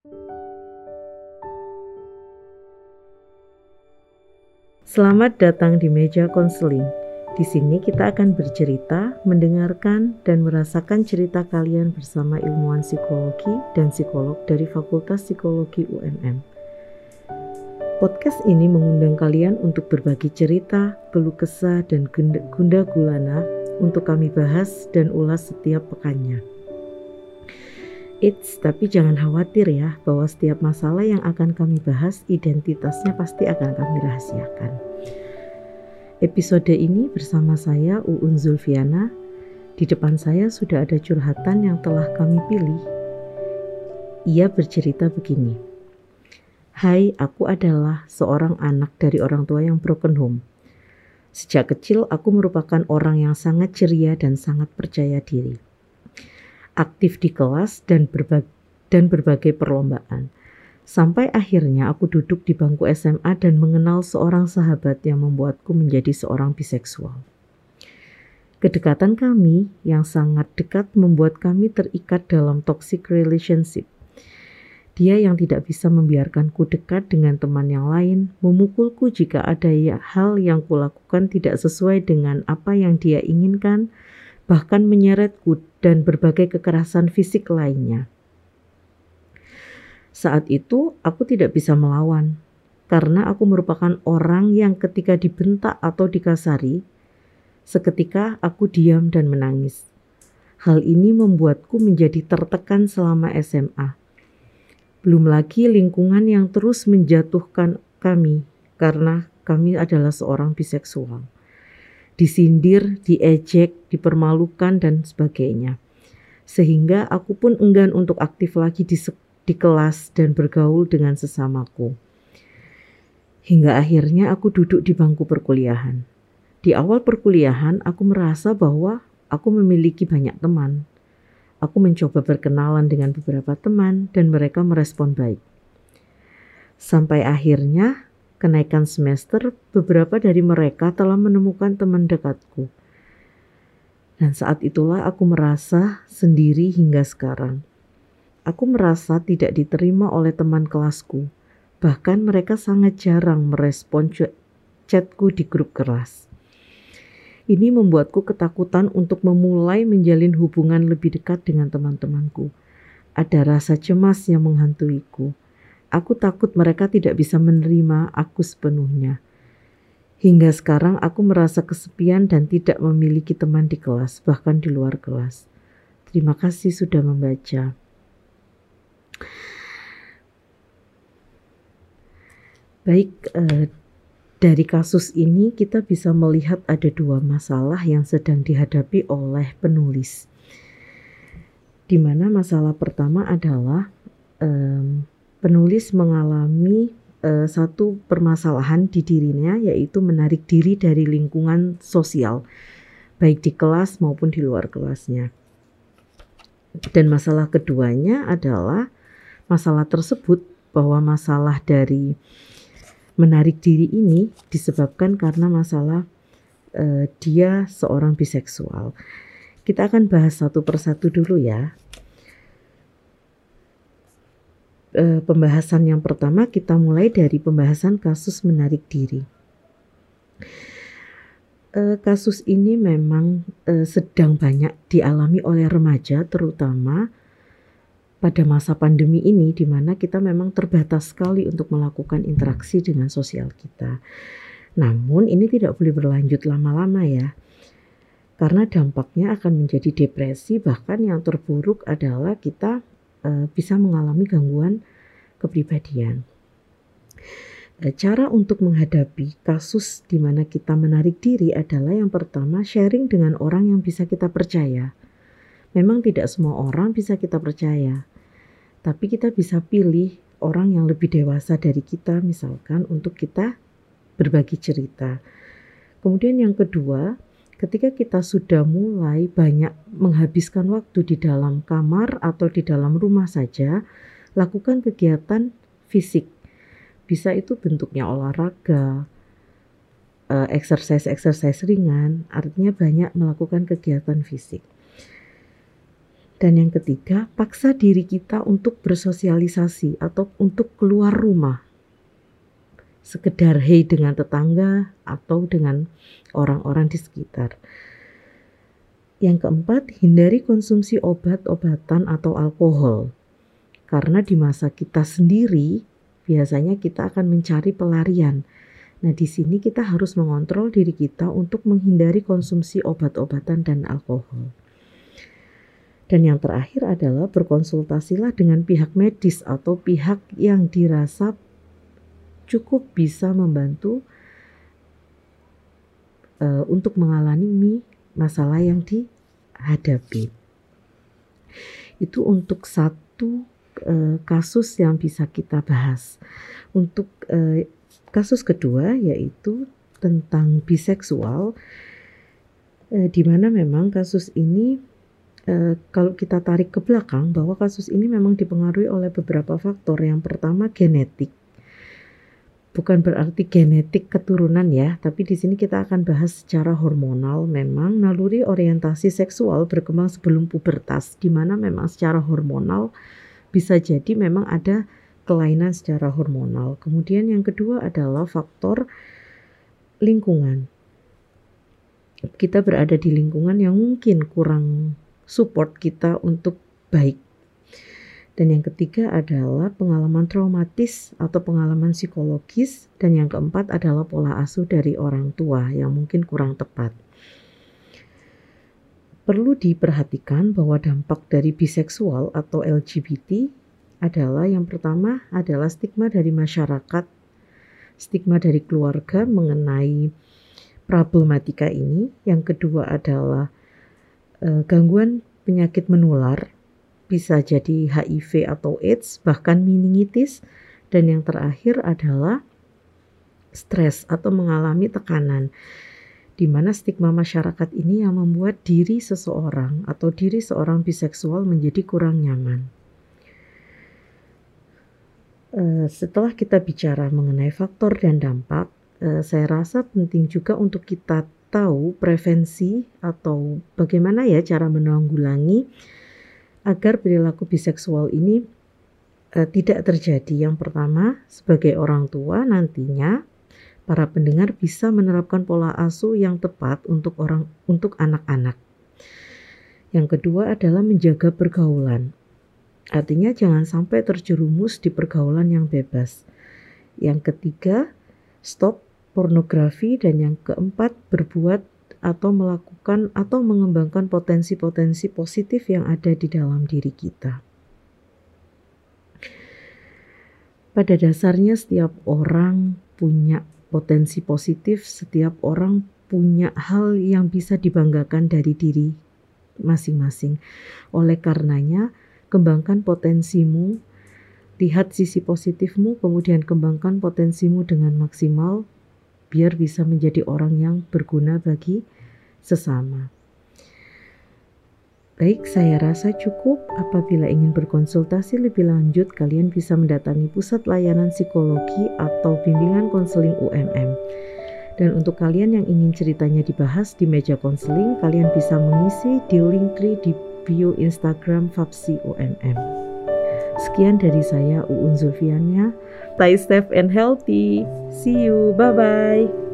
Selamat datang di meja konseling. Di sini kita akan bercerita, mendengarkan, dan merasakan cerita kalian bersama ilmuwan psikologi dan psikolog dari Fakultas Psikologi UMM. Podcast ini mengundang kalian untuk berbagi cerita, keluh kesah, dan gundah gulana untuk kami bahas dan ulas setiap pekannya. Tapi jangan khawatir ya, bahwa setiap masalah yang akan kami bahas identitasnya pasti akan kami rahasiakan. Episode ini bersama saya Uun Zulfiana. Di depan saya sudah ada curhatan yang telah kami pilih. Ia bercerita begini. Hai, aku adalah seorang anak dari orang tua yang broken home. Sejak kecil aku merupakan orang yang sangat ceria dan sangat percaya diri. Aktif di kelas dan berbagai perlombaan. Sampai akhirnya aku duduk di bangku SMA dan mengenal seorang sahabat yang membuatku menjadi seorang biseksual. Kedekatan kami yang sangat dekat membuat kami terikat dalam toxic relationship. Dia yang tidak bisa membiarkanku dekat dengan teman yang lain, memukulku jika ada hal yang kulakukan tidak sesuai dengan apa yang dia inginkan, bahkan menyeretku dan berbagai kekerasan fisik lainnya. Saat itu aku tidak bisa melawan, karena aku merupakan orang yang ketika dibentak atau dikasari, seketika aku diam dan menangis. Hal ini membuatku menjadi tertekan selama SMA. Belum lagi lingkungan yang terus menjatuhkan kami, karena kami adalah seorang biseksual. Disindir, diejek, dipermalukan, dan sebagainya. Sehingga aku pun enggan untuk aktif lagi di kelas dan bergaul dengan sesamaku. Hingga akhirnya aku duduk di bangku perkuliahan. Di awal perkuliahan aku merasa bahwa aku memiliki banyak teman. Aku mencoba berkenalan dengan beberapa teman dan mereka merespon baik. Sampai akhirnya kenaikan semester, beberapa dari mereka telah menemukan teman dekatku. Dan saat itulah aku merasa sendiri hingga sekarang. Aku merasa tidak diterima oleh teman kelasku. Bahkan mereka sangat jarang merespon chatku di grup kelas. Ini membuatku ketakutan untuk memulai menjalin hubungan lebih dekat dengan teman-temanku. Ada rasa cemas yang menghantuiku. Aku takut mereka tidak bisa menerima aku sepenuhnya. Hingga sekarang aku merasa kesepian dan tidak memiliki teman di kelas, bahkan di luar kelas. Terima kasih sudah membaca. Baik, dari kasus ini kita bisa melihat ada dua masalah yang sedang dihadapi oleh penulis. Di mana masalah pertama adalah penulis mengalami satu permasalahan di dirinya, yaitu menarik diri dari lingkungan sosial, baik di kelas maupun di luar kelasnya. Dan masalah keduanya adalah masalah tersebut, bahwa masalah dari menarik diri ini disebabkan karena masalah dia seorang biseksual. Kita akan bahas satu persatu dulu ya. Pembahasan yang pertama kita mulai dari pembahasan kasus menarik diri. Kasus ini memang sedang banyak dialami oleh remaja, terutama pada masa pandemi ini, di mana kita memang terbatas sekali untuk melakukan interaksi dengan sosial kita. Namun ini tidak boleh berlanjut lama-lama ya, karena dampaknya akan menjadi depresi, bahkan yang terburuk adalah kita bisa mengalami gangguan kepribadian. Cara untuk menghadapi kasus di mana kita menarik diri adalah yang pertama, sharing dengan orang yang bisa kita percaya. Memang tidak semua orang bisa kita percaya, tapi kita bisa pilih orang yang lebih dewasa dari kita, misalkan untuk kita berbagi cerita. Kemudian yang kedua, ketika kita sudah mulai banyak menghabiskan waktu di dalam kamar atau di dalam rumah saja, lakukan kegiatan fisik. Bisa itu bentuknya olahraga, exercise ringan, artinya banyak melakukan kegiatan fisik. Dan yang ketiga, paksa diri kita untuk bersosialisasi atau untuk keluar rumah. Sekedar hey dengan tetangga atau dengan orang-orang di sekitar. Yang keempat, hindari konsumsi obat-obatan atau alkohol. Karena di masa kita sendiri, biasanya kita akan mencari pelarian. Nah, di sini kita harus mengontrol diri kita untuk menghindari konsumsi obat-obatan dan alkohol. Dan yang terakhir adalah berkonsultasilah dengan pihak medis atau pihak yang dirasa cukup bisa membantu untuk mengalami masalah yang dihadapi. Itu untuk satu kasus yang bisa kita bahas. Untuk kasus kedua yaitu tentang biseksual, di mana memang kasus ini kalau kita tarik ke belakang bahwa kasus ini memang dipengaruhi oleh beberapa faktor. Yang pertama genetik. Bukan berarti genetik keturunan ya, tapi di sini kita akan bahas secara hormonal. Memang naluri orientasi seksual berkembang sebelum pubertas, di mana memang secara hormonal bisa jadi memang ada kelainan secara hormonal. Kemudian yang kedua adalah faktor lingkungan. Kita berada di lingkungan yang mungkin kurang support kita untuk baik. Dan yang ketiga adalah pengalaman traumatis atau pengalaman psikologis. Dan yang keempat adalah pola asuh dari orang tua yang mungkin kurang tepat. Perlu diperhatikan bahwa dampak dari biseksual atau LGBT adalah yang pertama adalah stigma dari masyarakat, stigma dari keluarga mengenai problematika ini. Yang kedua adalah gangguan penyakit menular. Bisa jadi HIV atau AIDS, bahkan meningitis. Dan yang terakhir adalah stres atau mengalami tekanan, di mana stigma masyarakat ini yang membuat diri seseorang atau diri seorang biseksual menjadi kurang nyaman. Setelah kita bicara mengenai faktor dan dampak, saya rasa penting juga untuk kita tahu prevensi atau bagaimana ya cara menanggulangi agar perilaku biseksual ini tidak terjadi. Yang pertama, sebagai orang tua nantinya para pendengar bisa menerapkan pola asuh yang tepat untuk anak-anak. Yang kedua adalah menjaga pergaulan. Artinya jangan sampai terjerumus di pergaulan yang bebas. Yang ketiga, stop pornografi. Dan yang keempat, berbuat atau melakukan atau mengembangkan potensi-potensi positif yang ada di dalam diri kita. Pada dasarnya setiap orang punya potensi positif, setiap orang punya hal yang bisa dibanggakan dari diri masing-masing. Oleh karenanya, kembangkan potensimu, lihat sisi positifmu, kemudian kembangkan potensimu dengan maksimal, biar bisa menjadi orang yang berguna bagi sesama. Baik, saya rasa cukup. Apabila ingin berkonsultasi lebih lanjut, kalian bisa mendatangi Pusat Layanan Psikologi atau Bimbingan Konseling UMM. Dan untuk kalian yang ingin ceritanya dibahas di meja konseling, kalian bisa mengisi di Linktree di bio Instagram Fapsi UMM. Sekian dari saya, Uun Zulfiania. Stay safe and healthy. See you. Bye-bye.